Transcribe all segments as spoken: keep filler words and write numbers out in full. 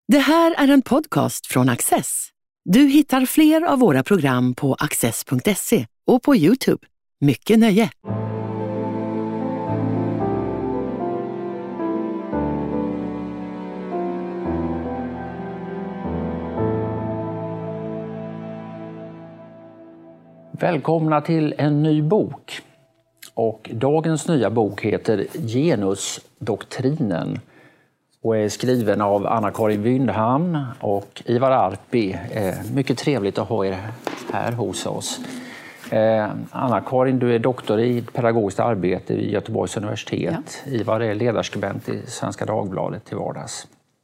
Det här är en podcast från Access. Du hittar fler av våra program på access punkt se och på YouTube. Mycket nöje! Välkomna till en ny bok. Och dagens nya bok heter Genusdoktrinen och är skriven av Anna-Karin Wyndhamn och Ivar Arpi. Eh, mycket trevligt att ha er här hos oss. Eh, Anna-Karin, du är doktor i pedagogiskt arbete vid Göteborgs universitet. Ja. Ivar är ledarskribent i Svenska Dagbladet till vardags.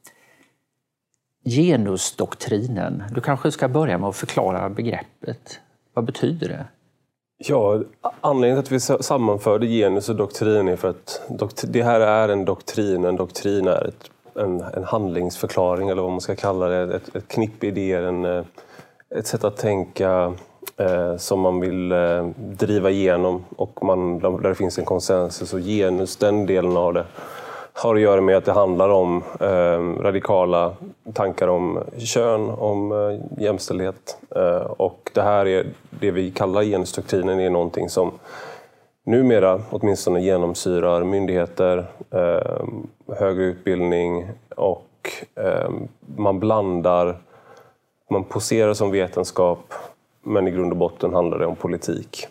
Genusdoktrinen. Du kanske ska börja med att förklara begreppet. Vad betyder det? Ja, anledningen till att vi sammanförde genus och doktrin är för att doktrin, det här är en doktrin. En doktrin är ett, en, en handlingsförklaring eller vad man ska kalla det. Ett, ett knipp idéer, en, ett sätt att tänka eh, som man vill eh, driva igenom och man, där det finns en konsensus. Och genus, den delen av det, har att göra med att det handlar om eh, radikala tankar om kön, om eh, jämställdhet. Eh, och det här är det vi kallar genusdoktrinen, är någonting som numera åtminstone genomsyrar myndigheter, eh, högre utbildning och eh, man blandar, man poserar som vetenskap men i grund och botten handlar det om politik.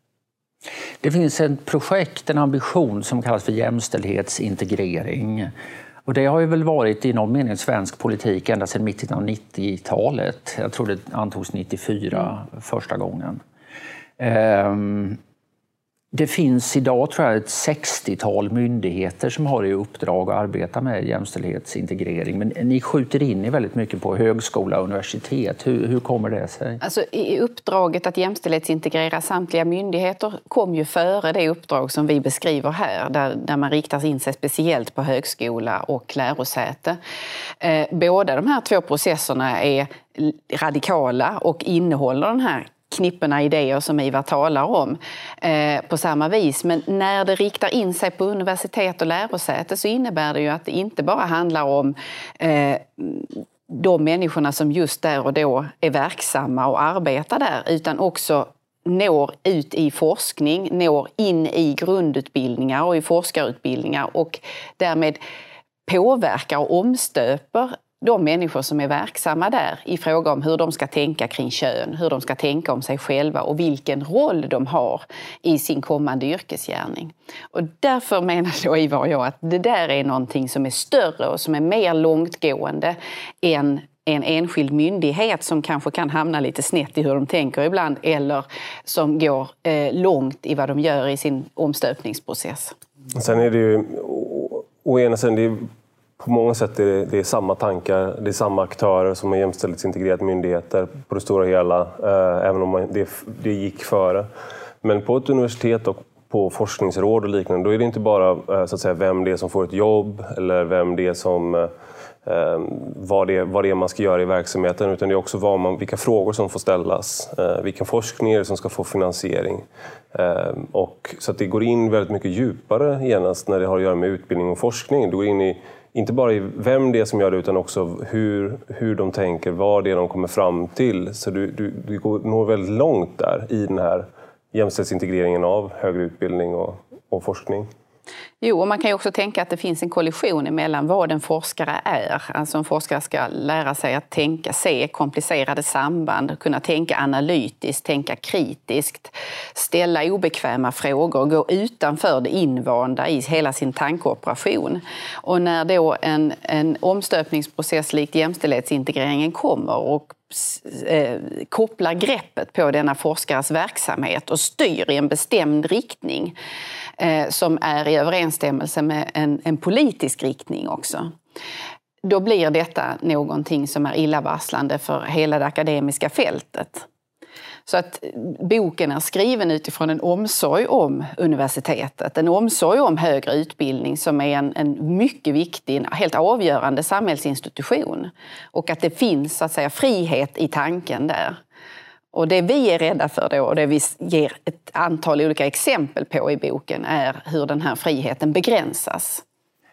Det finns ett projekt, en ambition som kallas för jämställdhetsintegrering. Och det har ju väl varit i någon mening svensk politik ända sedan mitten av nittiotalet. Jag tror det antogs nittiofyra mm. första gången. Um, det finns idag tror jag ett sextiotal myndigheter som har i uppdrag att arbeta med jämställdhetsintegrering. Men ni skjuter in i väldigt mycket på högskola och universitet. Hur, hur kommer det sig? Alltså, i uppdraget att jämställdhetsintegrera samtliga myndigheter kom ju före det uppdrag som vi beskriver här. Där, där man riktar in sig speciellt på högskola och lärosäte. Eh, båda de här två processerna är radikala och innehåller den här knipporna idéer som Ivar talar om eh, på samma vis. Men när det riktar in sig på universitet och lärosäte så innebär det ju att det inte bara handlar om eh, de människorna som just där och då är verksamma och arbetar där, utan också når ut i forskning, når in i grundutbildningar och i forskarutbildningar och därmed påverkar och omstöper de människor som är verksamma där i fråga om hur de ska tänka kring kön, hur de ska tänka om sig själva och vilken roll de har i sin kommande yrkesgärning. Och därför menar då Ivar och jag att det där är någonting som är större och som är mer långtgående än en enskild myndighet som kanske kan hamna lite snett i hur de tänker ibland eller som går eh, långt i vad de gör i sin omstöpningsprocess. Sen är det ju, å ena sidan, det är på många sätt är det, det är samma tankar, det är samma aktörer som har jämställdhetsintegrerat myndigheter på det stora hela, eh, även om man, det, det gick före. Men på ett universitet och på forskningsråd och liknande, då är det inte bara eh, så att säga, vem det är som får ett jobb eller vem det är som, eh, vad, det, vad det är man ska göra i verksamheten, utan det är också vad man, vilka frågor som får ställas, eh, vilken forskning är det som ska få finansiering. Eh, och, så att det går in väldigt mycket djupare genast när det har att göra med utbildning och forskning. Det går in i inte bara i vem det är som gör det utan också hur, hur de tänker, vad det är de kommer fram till. Så du, du, du går, når väldigt långt där i den här jämställdhetsintegreringen av högre utbildning och, och forskning. Jo, och man kan ju också tänka att det finns en kollision emellan vad en forskare är. Alltså en forskare ska lära sig att tänka, se komplicerade samband, kunna tänka analytiskt, tänka kritiskt, ställa obekväma frågor, gå utanför det invanda i hela sin tankeoperation. Och när då en, en omstöpningsprocess likt jämställdhetsintegreringen kommer och eh, kopplar greppet på denna forskares verksamhet och styr i en bestämd riktning eh, som är i överensstämmelse med en, en politisk riktning också. Då blir detta någonting som är illavarslande för hela det akademiska fältet. Så att boken är skriven utifrån en omsorg om universitetet, en omsorg om högre utbildning som är en, en mycket viktig, en helt avgörande samhällsinstitution. Och att det finns så att säga frihet i tanken där. Och det vi är rädda för då, och det vi ger ett antal olika exempel på i boken, är hur den här friheten begränsas.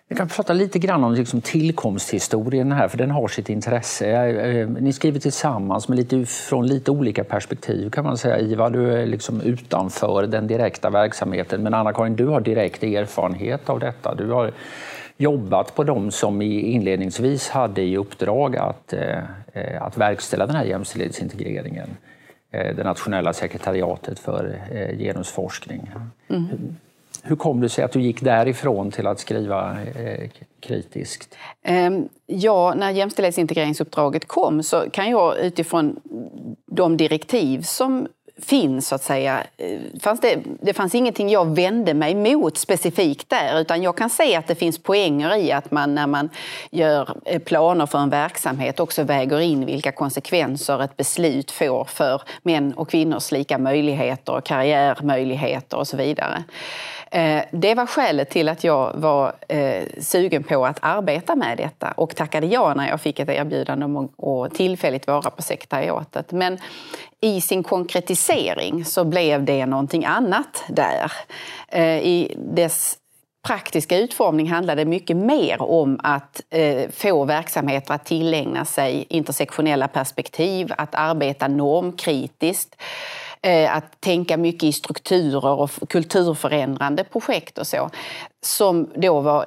Vi kan prata lite grann om liksom tillkomsthistorien här, för den har sitt intresse. Ni skriver tillsammans med lite, från lite olika perspektiv kan man säga. Ivar, du är liksom utanför den direkta verksamheten, men Anna-Karin, du har direkt erfarenhet av detta. Du har jobbat på dem som inledningsvis hade i uppdrag att, att verkställa den här jämställdhetsintegreringen. Det nationella sekretariatet för genusforskning. Mm. Hur kom det sig att du gick därifrån till att skriva eh, kritiskt? Ja, när jämställdhetsintegreringsuppdraget kom så kan jag utifrån de direktiv som finns så att säga, fanns det, det fanns ingenting jag vände mig mot specifikt där, utan jag kan säga att det finns poänger i att man när man gör planer för en verksamhet också väger in vilka konsekvenser ett beslut får för män och kvinnors lika möjligheter, karriärmöjligheter och så vidare. Det var skälet till att jag var sugen på att arbeta med detta och tackade ja när jag fick ett erbjudande om att tillfälligt vara på sekretariatet. Men i sin konkretisering så blev det någonting annat där. I dess praktiska utformning handlade mycket mer om att få verksamheter att tillägna sig intersektionella perspektiv, att arbeta normkritiskt, att tänka mycket i strukturer och kulturförändrande projekt och så, som då var,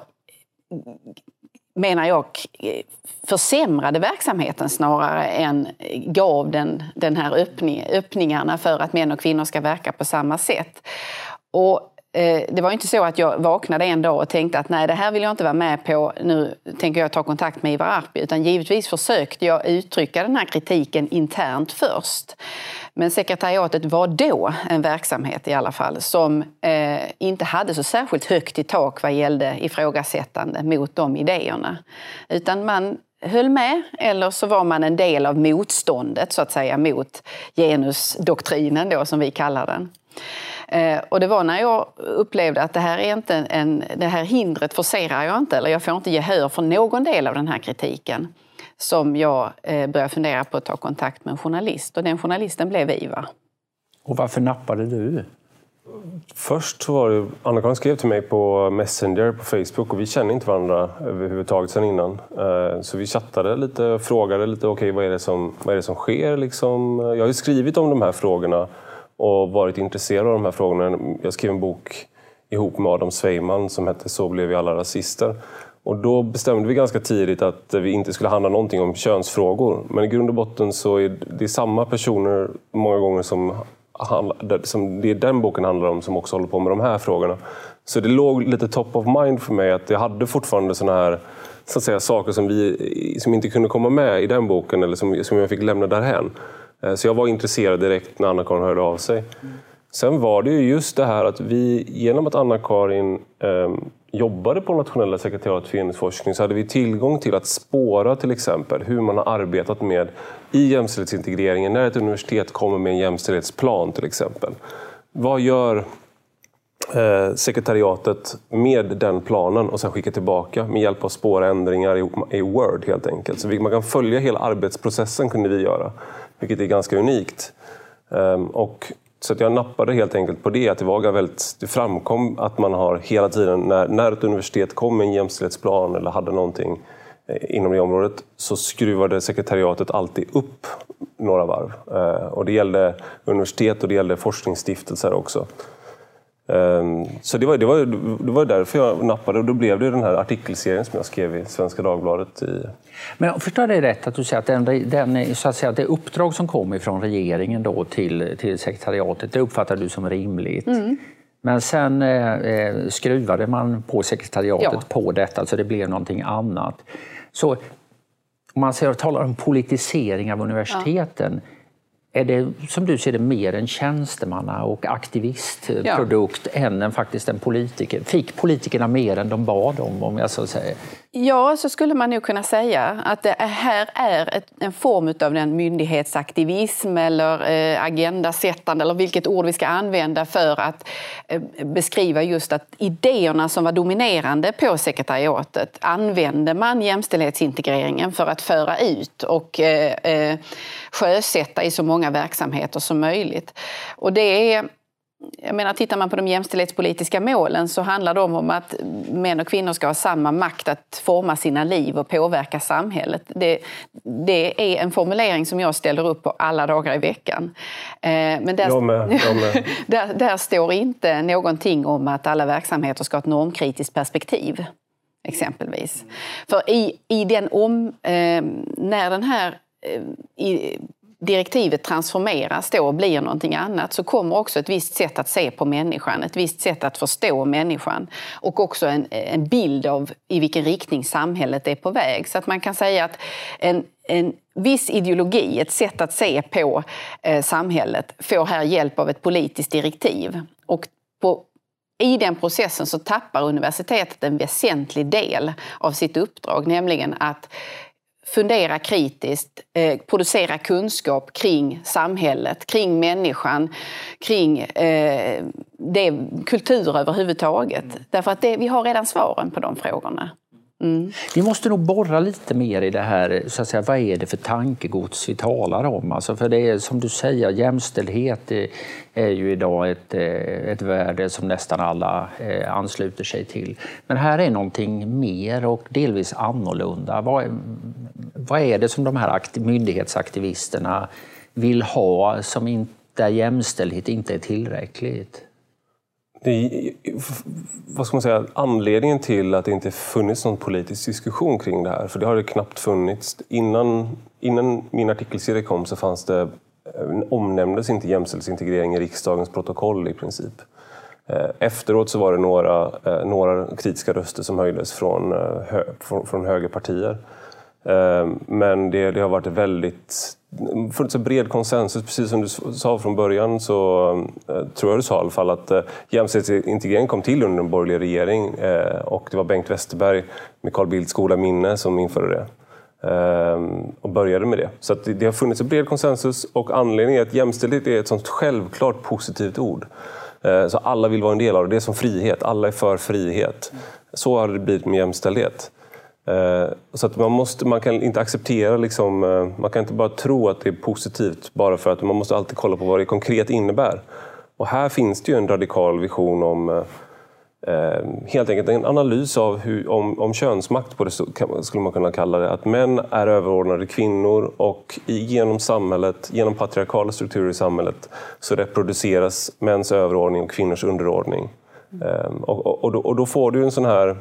menar jag, försämrade verksamheten snarare än gav den, den här öppning, öppningarna för att män och kvinnor ska verka på samma sätt. Och det var inte så att jag vaknade en dag och tänkte att nej, det här vill jag inte vara med på, nu tänker jag ta kontakt med Ivar Arpi, utan givetvis försökte jag uttrycka den här kritiken internt först. Men sekretariatet var då en verksamhet i alla fall som eh, inte hade så särskilt högt i tak vad gällde ifrågasättande mot de idéerna. Utan man höll med, eller så var man en del av motståndet så att säga mot genusdoktrinen då som vi kallar den. Och det var när jag upplevde att det här, är inte en, det här hindret forcerar jag inte, eller jag får inte gehör för någon del av den här kritiken, som jag började fundera på att ta kontakt med en journalist. Och den journalisten blev Ivar. Och varför nappade du? Först så var det, Anna-Karin skrev till mig på Messenger på Facebook och vi känner inte varandra överhuvudtaget sedan innan. Så vi chattade lite och frågade lite, okej, okay, vad är det som, vad är det som sker liksom? Jag har ju skrivit om de här frågorna och varit intresserad av de här frågorna. Jag skrev en bok ihop med Adam Sveiman som hette Så blev vi alla rasister. Och då bestämde vi ganska tidigt att vi inte skulle handla någonting om könsfrågor. Men i grund och botten så är det samma personer många gånger som, som det den boken handlar om som också håller på med de här frågorna. Så det låg lite top of mind för mig att jag hade fortfarande såna här så att säga, saker som, vi, som inte kunde komma med i den boken eller som, som jag fick lämna därhän. Så jag var intresserad direkt när Anna-Karin hörde av sig. Mm. Sen var det ju just det här att vi, genom att Anna-Karin eh, jobbade på Nationella sekretariatet för genusforskning, så hade vi tillgång till att spåra till exempel hur man har arbetat med i jämställdhetsintegreringen när ett universitet kommer med en jämställdhetsplan till exempel. Vad gör eh, sekretariatet med den planen och sen skicka tillbaka med hjälp av spåra ändringar i, i Word helt enkelt. Så vi, man kan följa hela arbetsprocessen kunde vi göra. Vilket är ganska unikt. Um, och, så att jag nappade helt enkelt på det. Att det, var väldigt, det framkom att man har hela tiden, när, när ett universitet kom med en jämställdhetsplan eller hade någonting eh, inom det området, så skruvade sekretariatet alltid upp några varv. Uh, och det gällde universitet och det gällde forskningsstiftelser också. Um, så det var, det, var, det var därför jag nappade, och då blev det den här artikelserien som jag skrev i Svenska Dagbladet. I... Men jag förstår det rätt att du säger att, den, den, så att säga, det uppdrag som kom ifrån regeringen då till, till sekretariatet, det uppfattar du som rimligt. Mm. Men sen eh, skruvade man på sekretariatet ja. på detta, så det blev någonting annat. Så om man säger, talar om politisering av universiteten, ja. Är det, som du ser det, mer en tjänstemanna- och aktivistprodukt ja. än en, faktiskt en politiker? Fick politikerna mer än de bad om, om jag så säger? Ja, så skulle man nog kunna säga att det här är ett, en form av den myndighetsaktivism eller eh, agendasättande, eller vilket ord vi ska använda för att eh, beskriva just att idéerna som var dominerande på sekretariatet använde man jämställdhetsintegreringen för att föra ut och eh, eh, sjösätta i så många verksamheter som möjligt. Och det är Jag menar, tittar man på de jämställdhetspolitiska målen så handlar de om att män och kvinnor ska ha samma makt att forma sina liv och påverka samhället. Det, det är en formulering som jag ställer upp på alla dagar i veckan. Men där, jag med, jag med. där, där står inte någonting om att alla verksamheter ska ha ett normkritiskt perspektiv, exempelvis. För i, i den om, när den här... I, direktivet transformeras då och blir någonting annat, så kommer också ett visst sätt att se på människan, ett visst sätt att förstå människan och också en, en bild av i vilken riktning samhället är på väg. Så att man kan säga att en, en viss ideologi, ett sätt att se på eh, samhället får här hjälp av ett politiskt direktiv. Och på I den processen så tappar universitetet en väsentlig del av sitt uppdrag, nämligen att fundera kritiskt, eh, producera kunskap kring samhället, kring människan, kring eh, det, kultur överhuvudtaget. Därför att det, vi har redan svaren på de frågorna. Mm. Vi måste nog borra lite mer i det här, så att säga, vad är det för tankegods vi talar om? Alltså, för det är som du säger, jämställdhet är ju idag ett, ett värde som nästan alla ansluter sig till. Men här är någonting mer och delvis annorlunda. Vad, vad är det som de här myndighetsaktivisterna vill ha som inte, där jämställdhet inte är tillräckligt? Det är, vad ska man säga, anledningen till att det inte funnits någon politisk diskussion kring det här, för det har det knappt funnits. Innan, innan min artikelserie kom så fanns det, omnämndes inte jämställdhetsintegrering i riksdagens protokoll i princip. Efteråt så var det några, några kritiska röster som höjdes från, från, från högerpartier. Men det, det har varit väldigt... funnits en bred konsensus, precis som du sa från början, så eh, tror jag du sa i alla fall att eh, jämställdhetsintegrering kom till under en borgerlig regering eh, och det var Bengt Westerberg med Carl Bildts goda minne som införde det eh, och började med det. Så att det, det har funnits en bred konsensus, och anledningen är att jämställdhet är ett sånt självklart positivt ord. Eh, så alla vill vara en del av det, det är som frihet, alla är för frihet. Så har det blivit med jämställdhet. Så att man, måste, man kan inte acceptera, liksom, man kan inte bara tro att det är positivt bara för att man måste alltid kolla på vad det konkret innebär. Och här finns det ju en radikal vision om eh, helt enkelt en analys av hur, om, om könsmakt, på det skulle man kunna kalla det. Att män är överordnade kvinnor och genom samhället, genom patriarkala strukturer i samhället så reproduceras mäns överordning och kvinnors underordning. Eh, och, och, och, då, och då får du en sån här...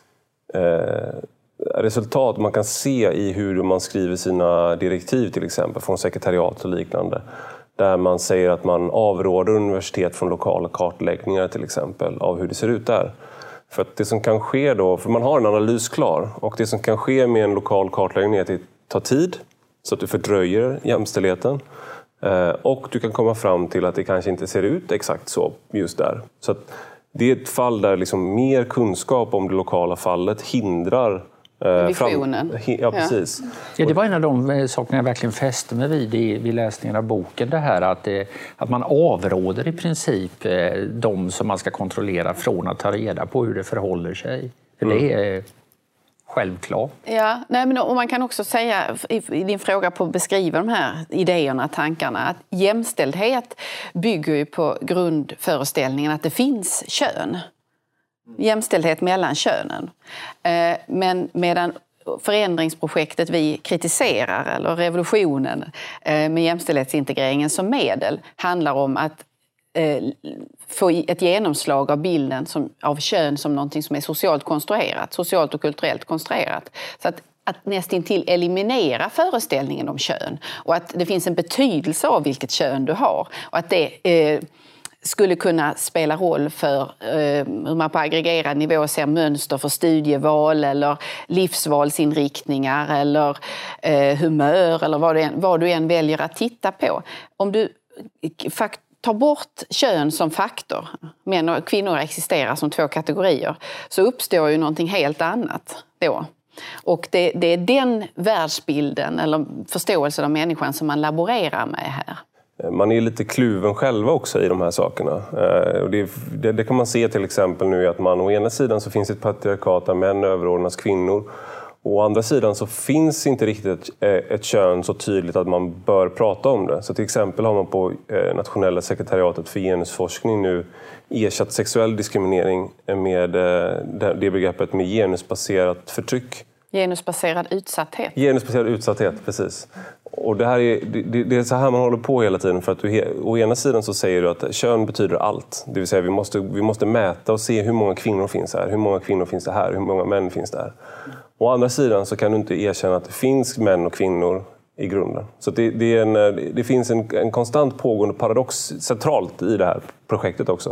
Eh, resultat man kan se i hur man skriver sina direktiv, till exempel från sekretariat och liknande, där man säger att man avråder universitet från lokala kartläggningar till exempel av hur det ser ut där. För att det som kan ske då, för man har en analys klar, och det som kan ske med en lokal kartläggning är att det tar tid så att du fördröjer jämställdheten, och du kan komma fram till att det kanske inte ser ut exakt så just där. Så att det är ett fall där liksom mer kunskap om det lokala fallet hindrar visionen. Fram, ja, precis. Ja, det var en av de sakerna jag verkligen fäste mig vid i, vid läsningen av boken. Det här att, det, att man avråder i princip de som man ska kontrollera från att ta reda på hur det förhåller sig. För mm. det är självklart. Ja, nej, men och man kan också säga i, i din fråga på att beskriva de här idéerna, tankarna, att jämställdhet bygger ju på grundföreställningen att det finns kön. Jämställdhet mellan könen. Men medan förändringsprojektet vi kritiserar, eller revolutionen med jämställdhetsintegreringen som medel, handlar om att få ett genomslag av bilden som, av kön som någonting som är socialt konstruerat, socialt och kulturellt konstruerat. Så att, att nästintill eliminera föreställningen om kön, och att det finns en betydelse av vilket kön du har, och att det eh, skulle kunna spela roll för eh, hur man på aggregerad nivå ser mönster för studieval eller livsvalsinriktningar eller eh, humör eller vad du, än, vad du än väljer att titta på. Om du fakt- tar bort kön som faktor, män och kvinnor existerar som två kategorier, så uppstår ju någonting helt annat då. Och det, det är den världsbilden eller förståelsen av människan som man laborerar med här. Man är lite kluven själva också i de här sakerna. Det, det, det kan man se till exempel nu, att man å ena sidan så finns ett patriarkat där män överordnas kvinnor, Å andra sidan så finns inte riktigt ett, ett kön så tydligt att man bör prata om det. Så till exempel har man på Nationella sekretariatet för genusforskning nu ersatt sexuell diskriminering med det begreppet med genusbaserat förtryck. Genusbaserad utsatthet. Genusbaserad utsatthet, precis. Och det, här är, det, det är så här man håller på hela tiden. För att du, å ena sidan så säger du att kön betyder allt. Det vill säga vi måste, vi måste mäta och se hur många kvinnor finns här. Hur många kvinnor finns det här? Hur många män finns det här? Å andra sidan så kan du inte erkänna att det finns män och kvinnor i grunden. Så det, det, är en, det finns en, en konstant pågående paradox centralt i det här projektet också.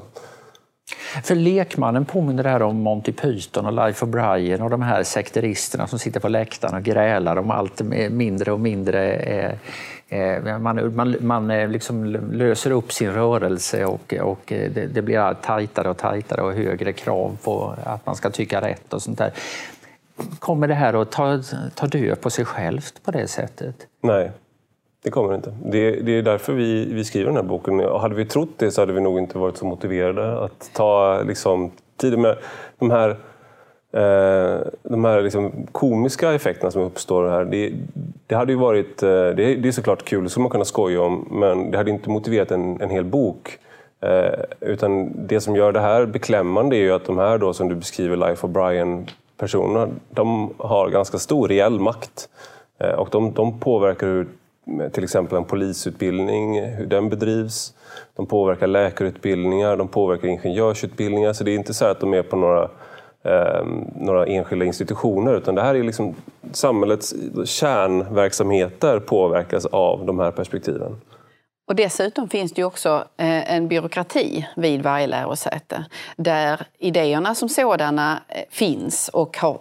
För lekmannen påminner det här om Monty Python och Life O'Brien och de här sekteristerna som sitter på läktaren och grälar om allt mindre och mindre. Eh, eh, man man, man liksom löser upp sin rörelse och, och det, det blir allt tajtare och tajtare och högre krav på att man ska tycka rätt och sånt där. Kommer det här att ta, ta död på sig självt på det sättet? Nej, det kommer inte. Det, det är därför vi, vi skriver den här boken. Och hade vi trott det så hade vi nog inte varit så motiverade att ta liksom, tid med de här, eh, de här liksom, komiska effekterna som uppstår här. Det, det hade ju varit, det, det är såklart kul, det ska man kunna skoja om, men det hade inte motiverat en, en hel bok. Eh, utan det som gör det här beklämmande är ju att de här då, som du beskriver, Life O'Brien personerna, de har ganska stor reell makt. Eh, och de, de påverkar hur till exempel en polisutbildning, hur den bedrivs. De påverkar läkarutbildningar, de påverkar ingenjörsutbildningar. Så det är inte så att de är på några, eh, några enskilda institutioner, utan det här är liksom samhällets kärnverksamheter påverkas av de här perspektiven. Och dessutom finns det ju också en byråkrati vid varje lärosäte där idéerna som sådana finns och har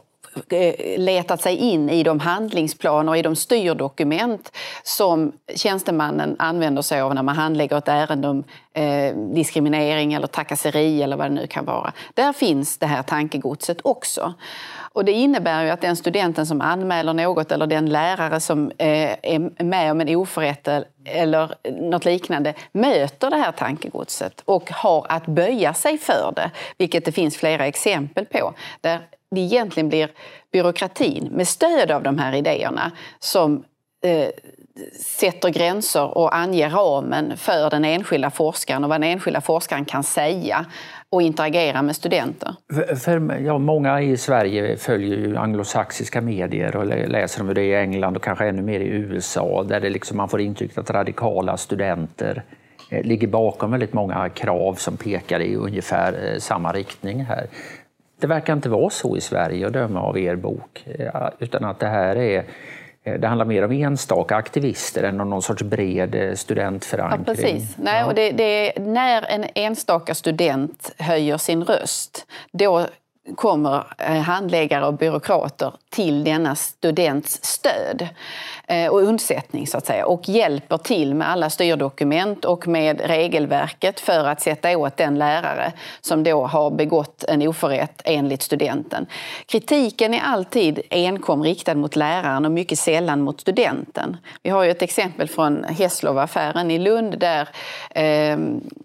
letat sig in i de handlingsplaner och i de styrdokument som tjänstemannen använder sig av när man handlägger ett ärende om eh, diskriminering eller trakasseri eller vad det nu kan vara. Där finns det här tankegodset också. Och det innebär ju att den studenten som anmäler något eller den lärare som eh, är med om en oförrätt eller något liknande möter det här tankegodset och har att böja sig för det, vilket det finns flera exempel på, där det egentligen blir byråkratin med stöd av de här idéerna som eh, sätter gränser och anger ramen för den enskilda forskaren och vad den enskilda forskaren kan säga och interagera med studenter. För, för, ja, många i Sverige följer ju anglosaxiska medier och läser om det i England och kanske ännu mer i U S A, där det liksom man får intryck att radikala studenter eh, ligger bakom väldigt många krav som pekar i ungefär eh, samma riktning här. Det verkar inte vara så i Sverige att döma av er bok, utan att det här är, det handlar mer om enstaka aktivister än om någon sorts bred studentförankring. Ja, precis. Nej, ja. och det, det är när en enstaka student höjer sin röst, då kommer handläggare och byråkrater till denna students stöd och undsättning så att säga, och hjälper till med alla styrdokument och med regelverket för att sätta åt den lärare som då har begått en oförrätt enligt studenten. Kritiken är alltid enkom riktad mot läraren och mycket sällan mot studenten. Vi har ju ett exempel från Hässlöv-affären i Lund där eh,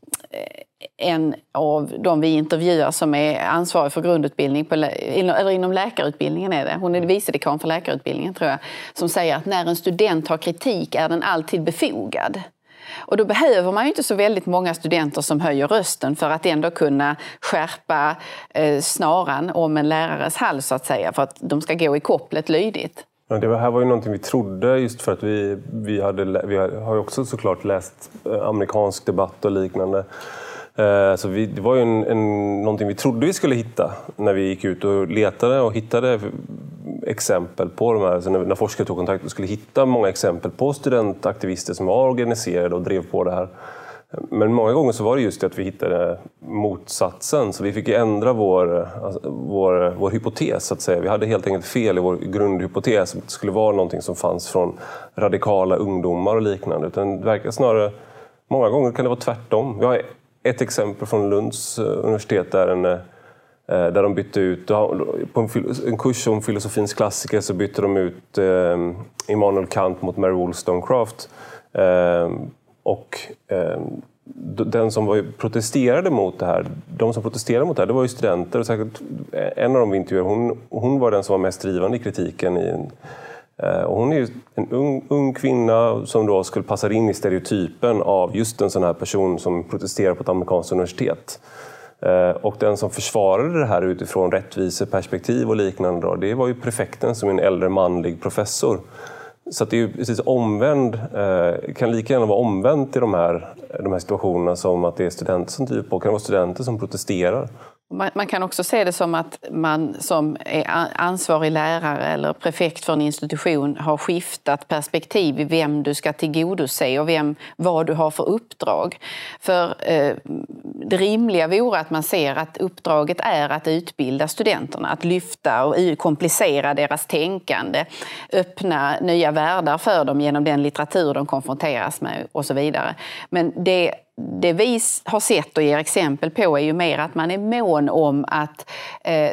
en av de vi intervjuar som är ansvarig för grundutbildning på, eller inom läkarutbildningen är det. Hon är vicedekan för läkarutbildningen tror jag, som säger att när en student har kritik är den alltid befogad. Och då behöver man ju inte så väldigt många studenter som höjer rösten för att ändå kunna skärpa eh, snaran om en lärares hals så att säga, för att de ska gå i kopplet lydigt. Ja, det här var ju någonting vi trodde just för att vi, vi, hade, vi har ju också såklart läst amerikansk debatt och liknande. Så vi, det var ju en, en, någonting vi trodde vi skulle hitta när vi gick ut och letade och hittade exempel på de här. Så när, när forskare tog kontakt och skulle hitta många exempel på studentaktivister som var organiserade och drev på det här. Men många gånger så var det just det att vi hittade motsatsen. Så vi fick ändra vår, alltså, vår, vår hypotes så att säga. Vi hade helt enkelt fel i vår grundhypotes. Det skulle vara någonting som fanns från radikala ungdomar och liknande. Utan det verkar snarare, många gånger kan det vara tvärtom. Vi har ett exempel från Lunds universitet där, en, där de bytte ut, på en, en kurs om filosofins klassiker så bytte de ut eh, Immanuel Kant mot Mary Wollstonecraft. Eh, och eh, den som var, protesterade mot det här, de som protesterade mot det här, det var ju studenter. Och säkert en av dem vi intervjuade, hon, hon var den som var mest drivande i kritiken. I en, och hon är ju en ung, ung kvinna som då skulle passa in i stereotypen av just en sån här person som protesterar på ett amerikanskt universitet. Och den som försvarade det här utifrån rättviseperspektiv och liknande då, det var ju prefekten som är en äldre manlig professor. Så att det är ju precis omvänd, kan lika gärna vara omvänt i de här, de här situationerna som att det är studenter som driver på, kan vara studenter som protesterar. Man kan också se det som att man som är ansvarig lärare eller prefekt för en institution har skiftat perspektiv i vem du ska tillgodose och vem, vad du har för uppdrag. För eh, det rimliga vore att man ser att uppdraget är att utbilda studenterna, att lyfta och komplicera deras tänkande, öppna nya världar för dem genom den litteratur de konfronteras med och så vidare. Men det Det vi har sett och ger exempel på är ju mer att man är mån om att eh,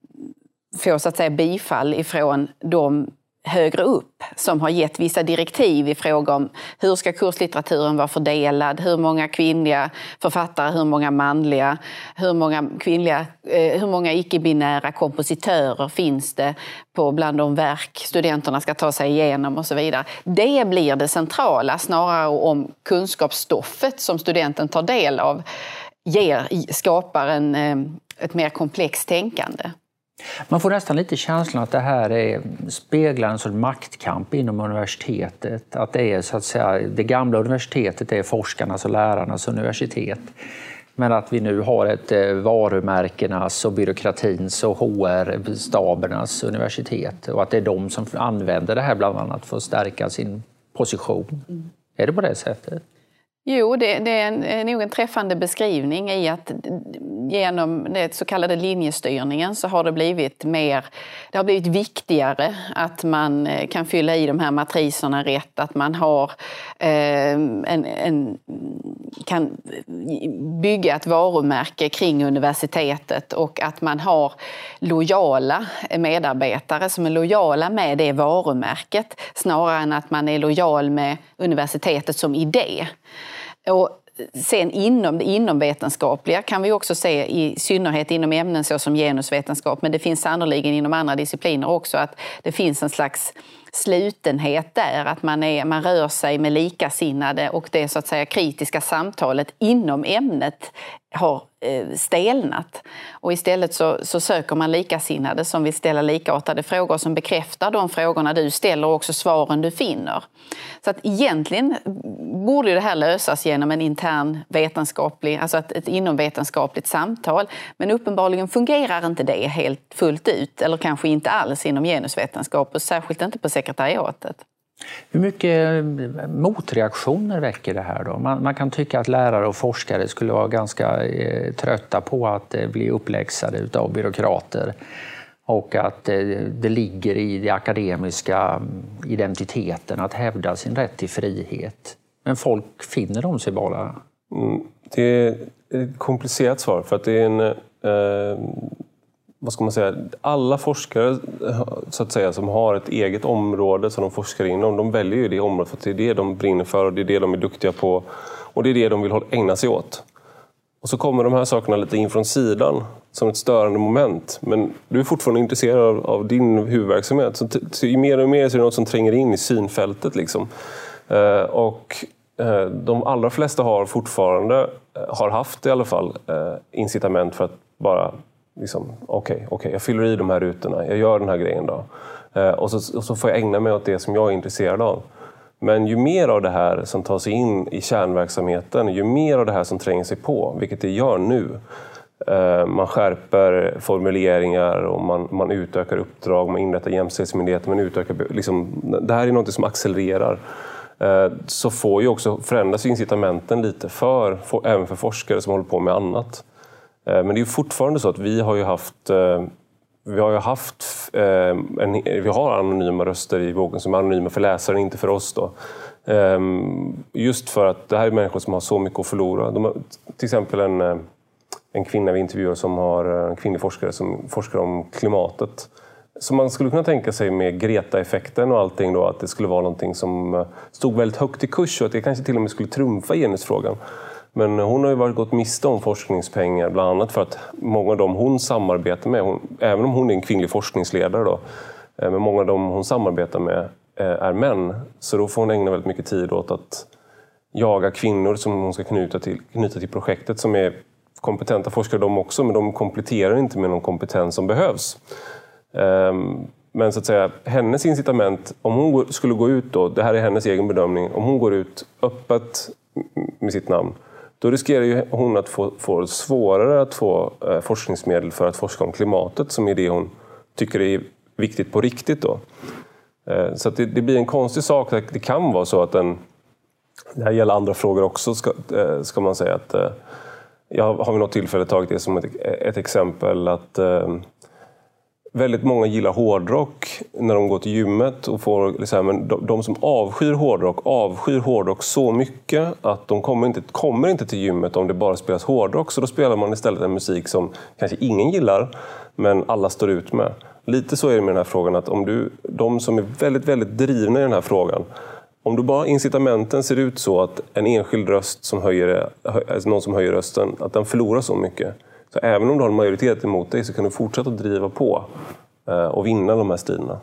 få så att säga bifall ifrån de högre upp som har gett vissa direktiv i fråga om hur ska kurslitteraturen vara fördelad, hur många kvinnliga författare, hur många manliga, hur många kvinnliga, eh, hur många icke-binära kompositörer finns det på bland de verk studenterna ska ta sig igenom och så vidare. Det blir det centrala snarare om kunskapsstoffet som studenten tar del av ger, skapar en, eh, ett mer komplext tänkande. Man får nästan lite känslan att det här är, speglar en sorts maktkamp inom universitetet. Att det är så att säga, det gamla universitetet är forskarnas och lärarnas universitet. Men att vi nu har ett varumärkenas och byråkratins och H R-stabernas universitet. Och att det är de som använder det här bland annat för att stärka sin position. Mm. Är det på det sättet? Jo, det, det är, en, är nog en träffande beskrivning i att genom det så kallade linjestyrningen så har det blivit mer, det har blivit viktigare att man kan fylla i de här matriserna rätt, att man har eh, en, en, kan bygga ett varumärke kring universitetet och att man har lojala medarbetare som är lojala med det varumärket snarare än att man är lojal med universitetet som idé. Och sen inom det inomvetenskapliga kan vi också se, i synnerhet inom ämnen såsom genusvetenskap, men det finns sannoliken inom andra discipliner också, att det finns en slags slutenhet där, att man, är, man rör sig med likasinnade och det så att säga kritiska samtalet inom ämnet har eh, stelnat. Och istället så, så söker man likasinnade som vill ställa likartade frågor som bekräftar de frågorna du ställer och också svaren du finner. Så att egentligen borde det här lösas genom en intern vetenskaplig, alltså ett, ett inomvetenskapligt samtal. Men uppenbarligen fungerar inte det helt fullt ut, eller kanske inte alls inom genusvetenskap och särskilt inte på sekretariatet. Hur mycket motreaktioner väcker det här då? Man, man kan tycka att lärare och forskare skulle vara ganska eh, trötta på att eh, bli uppläxade av byråkrater och att eh, det ligger i den akademiska identiteten att hävda sin rätt till frihet. Men folk finner de sig bara? Mm, det är ett komplicerat svar för att det är en... Eh, vad ska man säga, alla forskare så att säga, som har ett eget område som de forskar inom, de väljer ju det området för att det är det de brinner för och det är det de är duktiga på och det är det de vill ägna sig åt. Och så kommer de här sakerna lite in från sidan som ett störande moment, men du är fortfarande intresserad av, av din huvudverksamhet, så, t- så i mer och mer så är det något som tränger in i synfältet liksom. Uh, och uh, de allra flesta har fortfarande, uh, har haft i alla fall, uh, incitament för att bara liksom, okej, okay, okay, jag fyller i de här rutorna, jag gör den här grejen då. Eh, och, så, och så får jag ägna mig åt det som jag är intresserad av. Men ju mer av det här som tar sig in i kärnverksamheten, ju mer av det här som tränger sig på, vilket det gör nu. Eh, man skärper formuleringar och man, man utökar uppdrag, man inrättar jämställdhetsmyndigheter, man utökar, liksom, det här är något som accelererar. Eh, så får ju också förändras incitamenten lite för, för, även för forskare som håller på med annat. Men det är ju fortfarande så att vi har ju haft, vi har ju haft en, vi har anonyma röster i boken som är anonyma för läsaren, inte för oss då. Just för att det här är människor som har så mycket att förlora. De har, till exempel en, en kvinna vi intervjuar som har, en kvinnlig forskare som forskar om klimatet. Så man skulle kunna tänka sig med Greta-effekten och allting då, att det skulle vara någonting som stod väldigt högt i kurs och att det kanske till och med skulle trumfa genusfrågan. Men hon har ju varit gått miste om forskningspengar, bland annat för att många av dem hon samarbetar med, hon, även om hon är en kvinnlig forskningsledare då, men många av dem hon samarbetar med är män. Så då får hon ägna väldigt mycket tid åt att jaga kvinnor som hon ska knyta till, knyta till projektet, som är kompetenta forskare de också, men de kompletterar inte med någon kompetens som behövs. Men så att säga, hennes incitament, om hon skulle gå ut då, det här är hennes egen bedömning, om hon går ut öppet med sitt namn, då riskerar ju hon att få, få svårare att få eh, forskningsmedel för att forska om klimatet, som är det hon tycker är viktigt på riktigt då. Eh, så att det, det blir en konstig sak. Det kan vara så att en, det här gäller andra frågor också, ska, eh, ska man säga att eh, jag har vid något tillfälle tagit det som ett, ett exempel att eh, väldigt många gillar hårdrock när de går till gymmet och får liksom, men de, de som avskyr hårdrock avskyr hårdrock så mycket att de kommer inte, kommer inte till gymmet om det bara spelas hårdrock. Så då spelar man istället en musik som kanske ingen gillar, men alla står ut med. Lite så är det med den här frågan, att om du, de som är väldigt, väldigt drivna i den här frågan, om du bara incitamenten ser ut så att en enskild röst som höjer, alltså någon som höjer rösten, att den förlorar så mycket. Så även om du har en majoritet emot dig så kan du fortsätta att driva på och vinna de här striderna.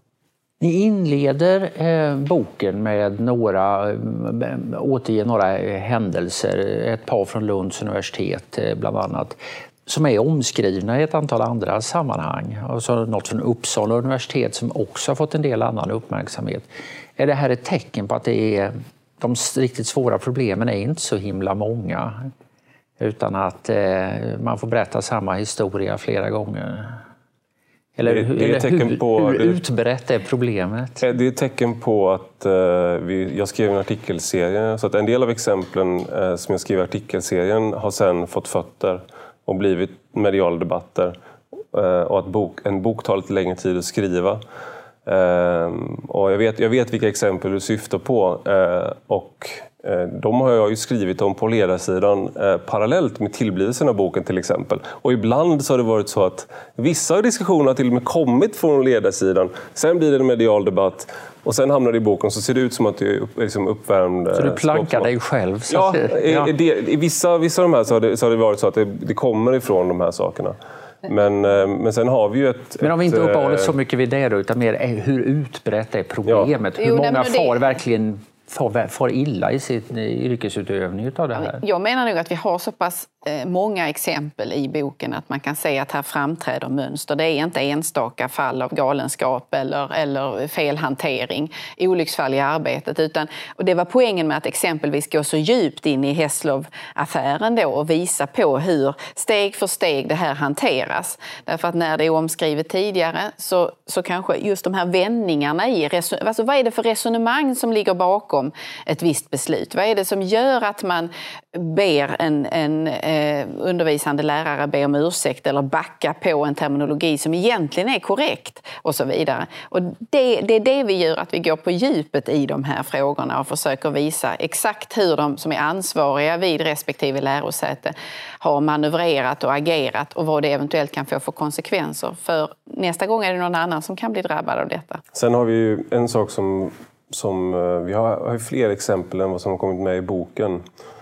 Ni inleder eh, boken med några, eh, återge några händelser, ett par från Lunds universitet eh, bland annat, som är omskrivna i ett antal andra sammanhang. Och så något från Uppsala universitet som också har fått en del annan uppmärksamhet. Är det här ett tecken på att det är, de riktigt svåra problemen är inte så himla många, utan att eh, man får berätta samma historia flera gånger? Eller, det, det är eller hur, på, hur utbrett är problemet? Det är ett tecken på att uh, vi, jag skrev en artikelserie, så att en del av exemplen uh, som jag skrev i artikelserien har sedan fått fötter och blivit mediala debatter. Uh, och att bok, en bok tar lite längre tid att skriva. Uh, och jag vet, jag vet vilka exempel du syftar på. Uh, och de har jag ju skrivit om på ledarsidan eh, parallellt med tillblivelsen av boken till exempel. Och ibland så har det varit så att vissa diskussioner har till och med kommit från ledarsidan. Sen blir det en medial debatt och sen hamnar det i boken, så ser det ut som att det är upp, liksom uppvärmd. Så du plankar dig själv? Så ja, att, ja. I, det, i vissa, vissa av de här så har det, så har det varit så att det, det kommer ifrån de här sakerna. Men, men sen har vi ju ett... Men om vi inte ett, uppehåller så mycket vid det då, utan mer hur utbrett är problemet? Ja. Hur jo, många det... far verkligen... får illa i sin yrkesutövning av det här? Jag menar nog att vi har så pass många exempel i boken att man kan säga att här framträder mönster. Det är inte enstaka fall av galenskap eller, eller felhantering, olycksfall i arbetet. Utan, och det var poängen med att exempelvis gå så djupt in i Hässlov-affären då och visa på hur steg för steg det här hanteras. Därför att när det är omskrivet tidigare så, så kanske just de här vändningarna i, alltså vad är det för resonemang som ligger bakom ett visst beslut? Vad är det som gör att man ber en, en eh, undervisande lärare be om ursäkt eller backa på en terminologi som egentligen är korrekt och så vidare? Och det, det är det vi gör, att vi går på djupet i de här frågorna och försöker visa exakt hur de som är ansvariga vid respektive lärosäte har manövrerat och agerat och vad det eventuellt kan få för konsekvenser. För nästa gång är det någon annan som kan bli drabbad av detta. Sen har vi ju en sak som Som, vi har, har fler exempel än vad som har kommit med i boken.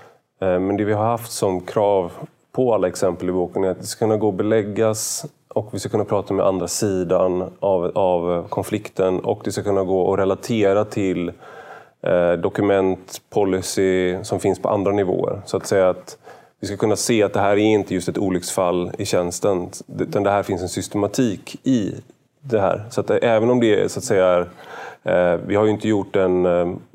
Men det vi har haft som krav på alla exempel i boken är att det ska kunna gå att beläggas och vi ska kunna prata med andra sidan av, av konflikten och det ska kunna gå att relatera till eh, dokument, policy som finns på andra nivåer. Så att säga att vi ska kunna se att det här är inte just ett olycksfall i tjänsten, utan det här finns en systematik i det här. Så att även om det så att säga är vi har ju inte gjort en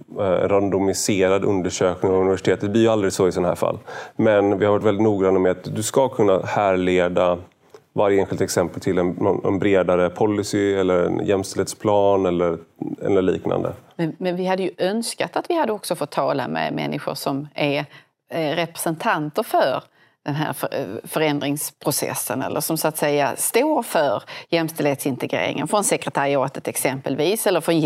randomiserad undersökning av universitetet. Det blir ju aldrig så i sådana här fall. Men vi har varit väldigt noggranna med att du ska kunna härleda varje enskilt exempel till en, en bredare policy eller en jämställdhetsplan eller, eller liknande. Men, men vi hade ju önskat att vi hade också fått tala med människor som är representanter för den här förändringsprocessen eller som så att säga står för jämställdhetsintegreringen från sekretariatet exempelvis eller från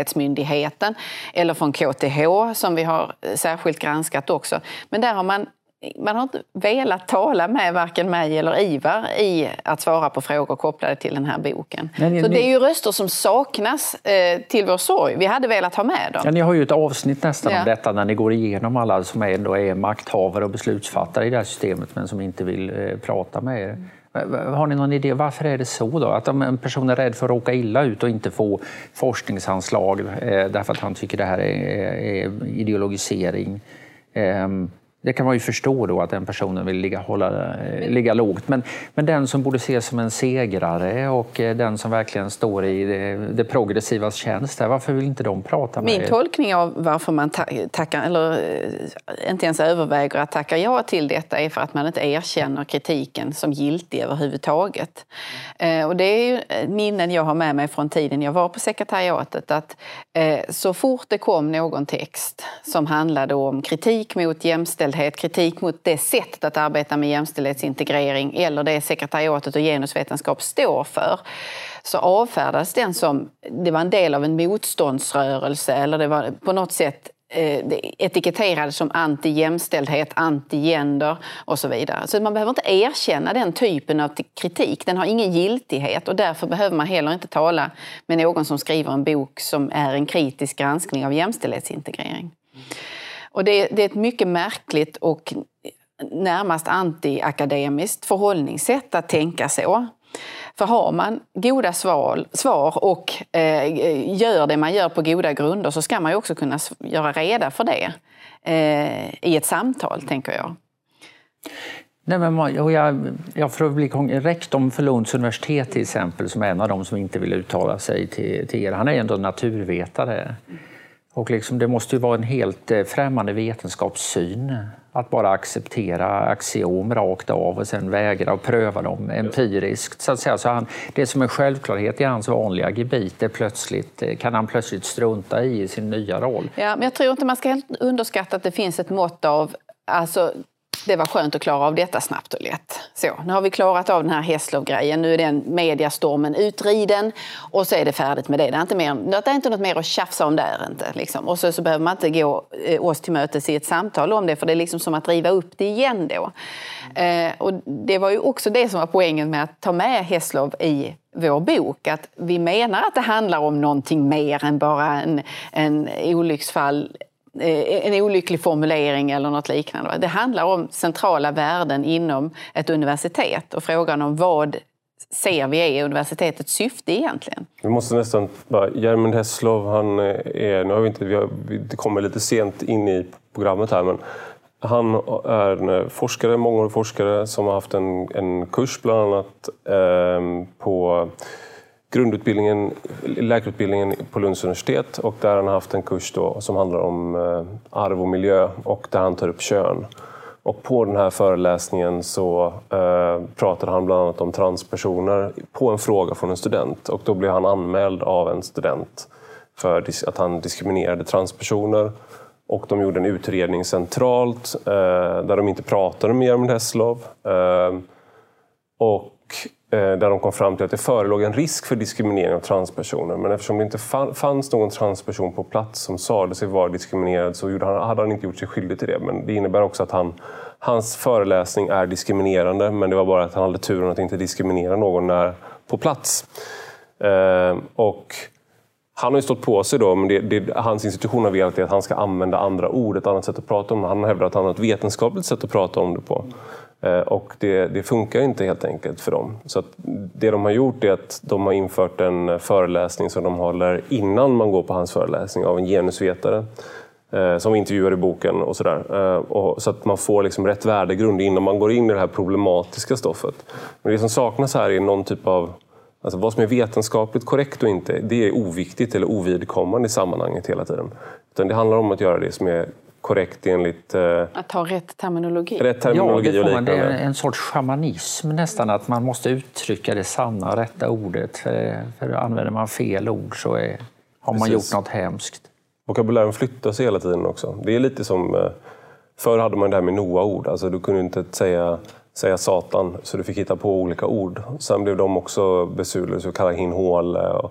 Jämställdhetsmyndigheten eller från K T H som vi har särskilt granskat också. Men där har man man har inte velat tala med varken mig eller Ivar i att svara på frågor kopplade till den här boken. Men, så ni, det är ju röster som saknas eh, till vår sorg. Vi hade velat ha med dem. Ja, ni har ju ett avsnitt nästan ja. om detta när ni går igenom alla som ändå är makthavare och beslutsfattare i det här systemet men som inte vill eh, prata med er. Har ni någon idé? Varför är det så då? Att om en person är rädd för att råka illa ut och inte få forskningsanslag eh, därför att han tycker det här är, är ideologisering. Eh, det kan man ju förstå då att den personen vill ligga, hålla, eh, ligga lågt. Men, men den som borde ses som en segrare och eh, den som verkligen står i det, det progressivas tjänst, varför vill inte de prata med Min er? tolkning av varför man ta- tackar, eller inte ens överväger att tacka ja till detta är för att man inte erkänner kritiken som giltig överhuvudtaget. Eh, och det är ju minnen jag har med mig från tiden jag var på sekretariatet, att eh, så fort det kom någon text som handlade om kritik mot jämställdhet, kritik mot det sättet att arbeta med jämställdhetsintegrering eller det sekretariatet och genusvetenskap står för, så avfärdades den som det var en del av en motståndsrörelse eller det var på något sätt eh, etiketterades som anti-jämställdhet, anti-gender och så vidare. Så man behöver inte erkänna den typen av kritik. Den har ingen giltighet och därför behöver man heller inte tala med någon som skriver en bok som är en kritisk granskning av jämställdhetsintegrering. Och det, det är ett mycket märkligt och närmast anti-akademiskt förhållningssätt att tänka så. För har man goda svar, svar och eh, gör det man gör på goda grunder så ska man ju också kunna göra reda för det eh, i ett samtal, tänker jag. Nej, men jag, jag får bli rektorn för Lunds universitet till exempel, som är en av dem som inte vill uttala sig till, till er. Han är ändå naturvetare. Och liksom, det måste ju vara en helt främmande vetenskapssyn att bara acceptera axiom rakt av och sen vägra att pröva dem empiriskt. Så att säga. Så han, det som är självklarhet i hans vanliga gebit, det plötsligt, kan han plötsligt strunta i, i sin nya roll. Ja, men jag tror inte man ska underskatta att det finns ett mått av... Alltså, det var skönt att klara av detta snabbt och lätt. Så, nu har vi klarat av den här Hässlöv-grejen. Nu är den mediastormen utriden och så är det färdigt med det. Det är inte, mer, det är inte något mer att tjafsa om där. Inte, liksom. Och så, så behöver man inte gå eh, oss till mötes i ett samtal om det, för det är liksom som att riva upp det igen då. Eh, och det var ju också det som var poängen med att ta med Hässlöv i vår bok. Att vi menar att det handlar om någonting mer än bara en, en olycksfall, en olycklig formulering eller något liknande. Det handlar om centrala värden inom ett universitet och frågan om vad ser vi är universitetets syfte egentligen. Vi måste nästan bara, Jermund Hässlöv, han är, nu har vi inte, vi har, det kommer lite sent in i programmet här, men han är en forskare, mångårig forskare som har haft en, en kurs bland annat eh, på grundutbildningen, läkarutbildningen på Lunds universitet, och där han har haft en kurs då som handlar om eh, arv och miljö och där han tar upp kön. Och på den här föreläsningen så eh, pratade han bland annat om transpersoner på en fråga från en student, och då blev han anmäld av en student för att han diskriminerade transpersoner, och de gjorde en utredning centralt eh, där de inte pratade med Jermund Hässlöv eh, och där de kom fram till att det förelåg en risk för diskriminering av transpersoner. Men eftersom det inte fanns någon transperson på plats som sade sig vara diskriminerad, så hade han inte gjort sig skyldig till det. Men det innebär också att han, hans föreläsning är diskriminerande, men det var bara att han hade turen att inte diskriminera någon när på plats. Eh, och han har ju stått på sig då, men det, det, hans institution har velat att han ska använda andra ord, ett annat sätt att prata om det. Han hävdar att han har ett vetenskapligt sätt att prata om det på. Och det, det funkar inte helt enkelt för dem. Så att det de har gjort är att de har infört en föreläsning som de håller innan man går på hans föreläsning av en genusvetare eh, som intervjuar i boken och sådär. Eh, och, så att man får liksom rätt värdegrund innan man går in i det här problematiska stoffet. Men det som saknas här är någon typ av, alltså vad som är vetenskapligt korrekt och inte, det är oviktigt eller ovidkommande i sammanhanget hela tiden. Utan det handlar om att göra det som är korrekt enligt... Eh, att ha rätt terminologi. Rätt terminologi. Ja, det, får man, och det är en sorts shamanism nästan, att man måste uttrycka det sanna, rätta ordet. För, för använder man fel ord så är, har man Precis. gjort något hemskt. Vokabulären flyttar sig hela tiden också. Det är lite som... Eh, förr hade man det här med Noa-ord. Alltså du kunde inte säga, säga satan, så du fick hitta på olika ord. Sen blev de också besudlade, så kallade hinhål och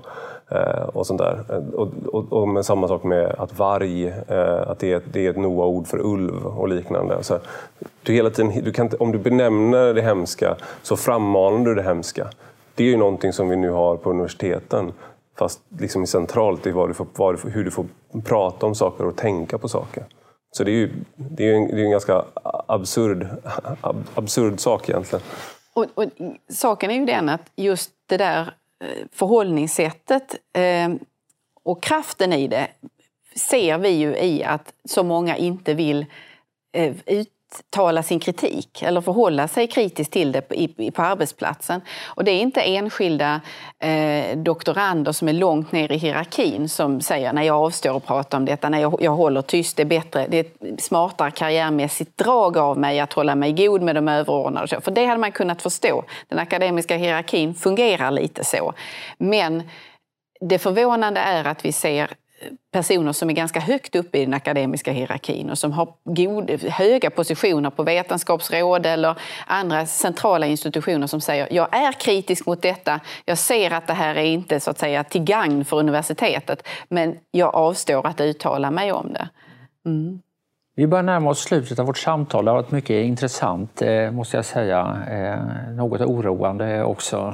och sånt där. Och, och, och med samma sak med att varg, att det är, det är ett Noa-ord för ulv och liknande. Så du hela tiden, du kan inte, om du benämner det hemska så frammanar du det hemska. Det är ju någonting som vi nu har på universiteten, fast liksom centralt i vad du får, vad du får, hur du får prata om saker och tänka på saker. Så det är ju det är en, det är en ganska absurd, ab, absurd sak egentligen. Och, och saken är ju den att just det där förhållningssättet eh, och kraften i det ser vi ju i att så många inte vill eh, uttala sin kritik eller förhålla sig kritiskt till det på, i, på arbetsplatsen. Och det är inte enskilda eh, doktorander som är långt ner i hierarkin som säger när jag avstår och pratar om detta, när jag, jag håller tyst, det är bättre, det är ett smartare karriärmässigt drag av mig att hålla mig god med de överordnade. För det hade man kunnat förstå. Den akademiska hierarkin fungerar lite så. Men det förvånande är att vi ser personer som är ganska högt uppe i den akademiska hierarkin och som har god, höga positioner på vetenskapsråd eller andra centrala institutioner som säger jag är kritisk mot detta, jag ser att det här är inte så att säga till gagn för universitetet, men jag avstår att uttala mig om det. Mm. Vi börjar närma oss slutet av vårt samtal. Det har varit mycket intressant, måste jag säga. Något oroande också.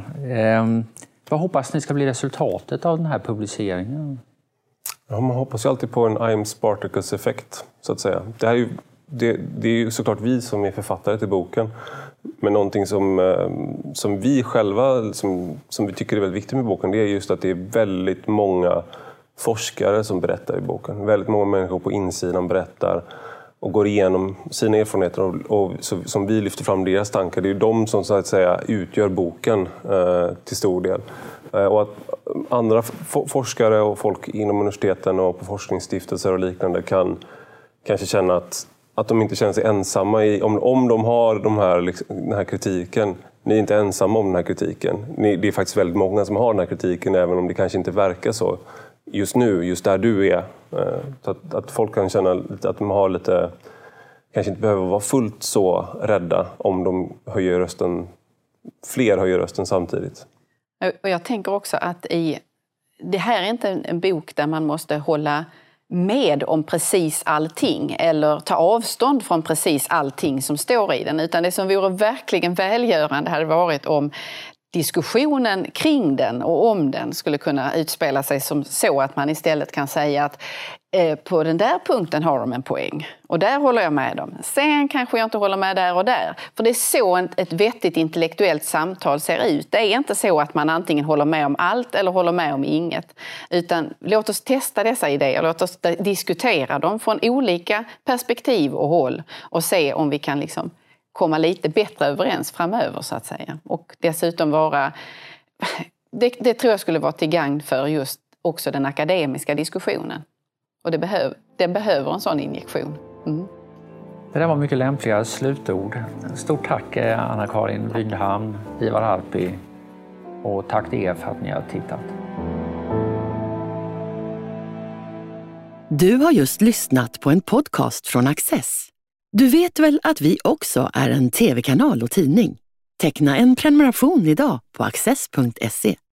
Vad hoppas ni ska bli resultatet av den här publiceringen? Ja, man hoppas ju alltid på en I am Spartacus-effekt, så att säga. Det, här är ju, det, det är ju såklart vi som är författare till boken. Men någonting som, som vi själva, som, som vi tycker är väldigt viktigt med boken, det är just att det är väldigt många forskare som berättar i boken. Väldigt många människor på insidan berättar och går igenom sina erfarenheter och, och så, som vi lyfter fram deras tankar. Det är ju de som så att säga utgör boken eh, till stor del. Eh, och att andra forskare och folk inom universiteten och på forskningsstiftelser och liknande kan kanske känna att, att de inte känner sig ensamma i, om, om de har de här, liksom, den här kritiken. Ni är inte ensamma om den här kritiken. Ni, det är faktiskt väldigt många som har den här kritiken, även om det kanske inte verkar så just nu, just där du är. Så att, att folk kan känna att de har lite, kanske inte behöver vara fullt så rädda om de höjer rösten, fler höjer rösten samtidigt. Och jag tänker också att i, det här är inte en bok där man måste hålla med om precis allting eller ta avstånd från precis allting som står i den, utan det som vore verkligen välgörande hade varit om diskussionen kring den och om den skulle kunna utspela sig som så att man istället kan säga att eh, på den där punkten har de en poäng och där håller jag med dem. Sen kanske jag inte håller med där och där. För det är så ett, ett vettigt intellektuellt samtal ser ut. Det är inte så att man antingen håller med om allt eller håller med om inget. Utan låt oss testa dessa idéer, låt oss diskutera dem från olika perspektiv och håll och se om vi kan liksom komma lite bättre överens framöver så att säga. Och dessutom vara, det, det tror jag skulle vara till gagn för just också den akademiska diskussionen. Och det behöver, den behöver en sån injektion. Mm. Det där var mycket lämpliga slutord. Stort tack Anna-Karin Wynhamn, Ivar Arpi och tack till er för att ni har tittat. Du har just lyssnat på en podcast från Access. Du vet väl att vi också är en tv-kanal och tidning? Teckna en prenumeration idag på access punkt se.